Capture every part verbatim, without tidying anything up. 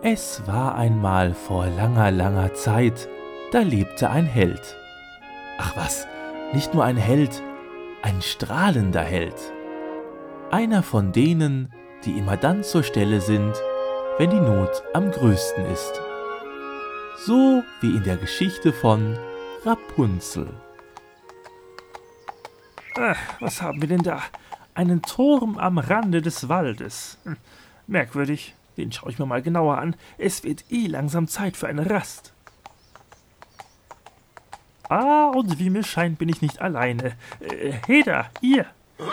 Es war einmal vor langer, langer Zeit, da lebte ein Held. Ach was, nicht nur ein Held, ein strahlender Held. Einer von denen, die immer dann zur Stelle sind, wenn die Not am größten ist. So wie in der Geschichte von Rapunzel. Ach, was haben wir denn da? Einen Turm am Rande des Waldes. Hm, merkwürdig. Den schaue ich mir mal genauer an. Es wird eh langsam Zeit für eine Rast. Ah, und wie mir scheint, bin ich nicht alleine. Äh, Heda, ihr.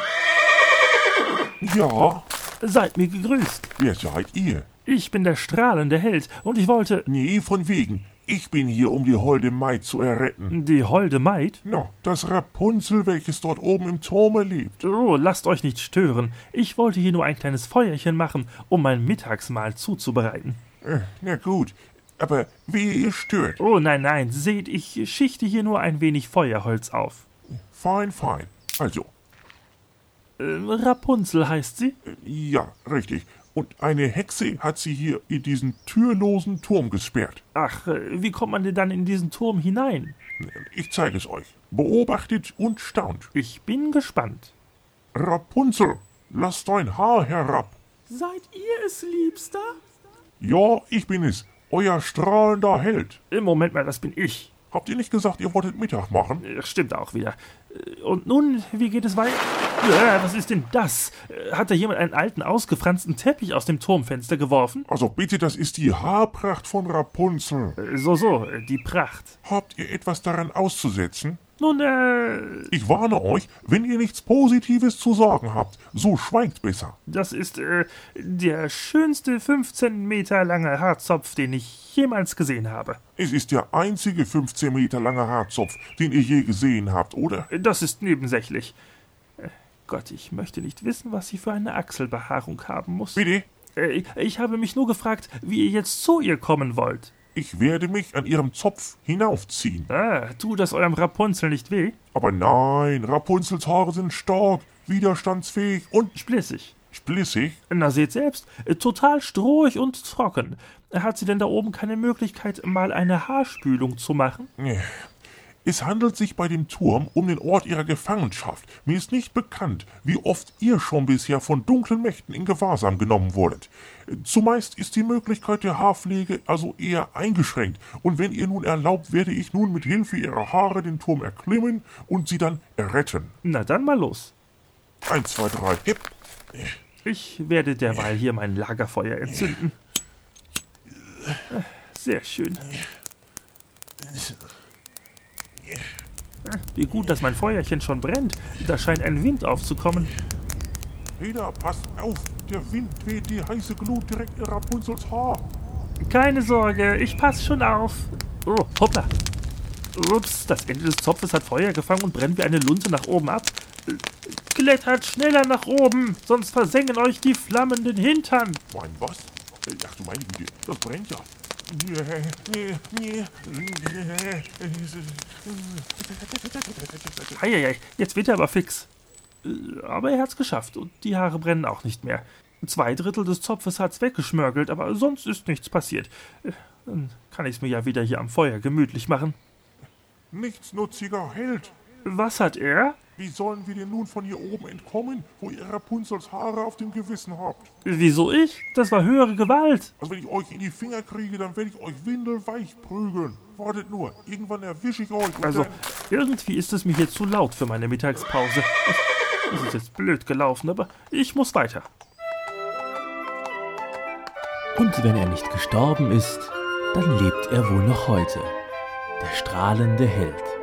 Ja, Seid mir gegrüßt. wer seid ihr? Ich bin der strahlende Held und ich wollte... Nee, von wegen. Ich bin hier, um die holde Maid zu erretten. Die holde Maid? Na, das Rapunzel, welches dort oben im Turme lebt. Oh, lasst euch nicht stören. Ich wollte hier nur ein kleines Feuerchen machen, um mein Mittagsmahl zuzubereiten. Äh, na gut, aber wehe, ihr stört. Oh, nein, nein, seht, ich schichte hier nur ein wenig Feuerholz auf. Fein, fein. Also, Äh, Rapunzel heißt sie? äh, ja, richtig. Und eine Hexe hat sie hier in diesen türlosen Turm gesperrt. Ach, äh, wie kommt man denn dann in diesen Turm hinein? Ich zeige es euch. Beobachtet und staunt. Ich bin gespannt. Rapunzel, lass dein Haar herab. Seid ihr es, Liebster? Ja, ich bin es, euer strahlender Held. Im Moment mal, das bin ich. Habt ihr nicht gesagt, ihr wolltet Mittag machen? Äh, Stimmt auch wieder. Äh, Und nun, wie geht es weiter? Ja, was ist denn das? Äh, Hat da jemand einen alten, ausgefransten Teppich aus dem Turmfenster geworfen? Also bitte, das ist die Haarpracht von Rapunzel. Äh, So, so, äh, die Pracht. Habt ihr etwas daran auszusetzen? Nun, äh, Ich warne euch, wenn ihr nichts Positives zu sagen habt, so schweigt besser. das ist äh, der schönste fünfzehn Meter lange Haarzopf, den ich jemals gesehen habe. Es ist der einzige fünfzehn Meter lange Haarzopf, den ihr je gesehen habt, oder? Das ist nebensächlich. Äh, Gott, ich möchte nicht wissen, was sie für eine Achselbehaarung haben muss. Bitte? Äh, ich habe mich nur gefragt, wie ihr jetzt zu ihr kommen wollt. Ich werde mich an ihrem Zopf hinaufziehen. Ah, tut das eurem Rapunzel nicht weh? Aber nein, Rapunzels Haare sind stark, widerstandsfähig und Splissig. splissig. Na, seht selbst, äh, total strohig und trocken. Hat sie denn da oben keine Möglichkeit, mal eine Haarspülung zu machen? Es handelt sich bei dem Turm um den Ort ihrer Gefangenschaft. Mir ist nicht bekannt, wie oft ihr schon bisher von dunklen Mächten in Gewahrsam genommen wurdet. Zumeist ist die Möglichkeit der Haarpflege also eher eingeschränkt. Und wenn ihr nun erlaubt, werde ich nun mit Hilfe ihrer Haare den Turm erklimmen und sie dann erretten. Na dann mal los. Eins, zwei, drei, hip. Ich werde derweil hier mein Lagerfeuer entzünden. Sehr schön. Wie gut, dass mein Feuerchen schon brennt. Da scheint ein Wind aufzukommen. Heda, passt auf, der Wind weht die heiße Glut direkt in Rapunzels Haar. Keine Sorge, ich passe schon auf. Oh, hoppla. Ups, das Ende des Zopfes hat Feuer gefangen und brennt wie eine Lunte nach oben ab. Klettert schneller nach oben, sonst versengen euch die Flammen den Hintern. Mein was? Ach du meine Güte, das brennt ja. Eieiei, jetzt wird er aber fix. Äh, Aber er hat's geschafft und die Haare brennen auch nicht mehr. Zwei Drittel des Zopfes hat's weggeschmörgelt, aber sonst ist nichts passiert. Äh, Dann kann ich's mir ja wieder hier am Feuer gemütlich machen. Nichtsnutziger Held. Was hat er? Wie sollen wir denn nun von hier oben entkommen, wo ihr Rapunzels Haare auf dem Gewissen habt? Wieso ich? Das war höhere Gewalt. Also wenn ich euch in die Finger kriege, dann werde ich euch windelweich prügeln. Wartet nur, irgendwann erwische ich euch. Und Also, dann irgendwie ist es mir hier zu laut für meine Mittagspause. Das ist jetzt blöd gelaufen, aber ich muss weiter. Und wenn er nicht gestorben ist, dann lebt er wohl noch heute. Der strahlende Held.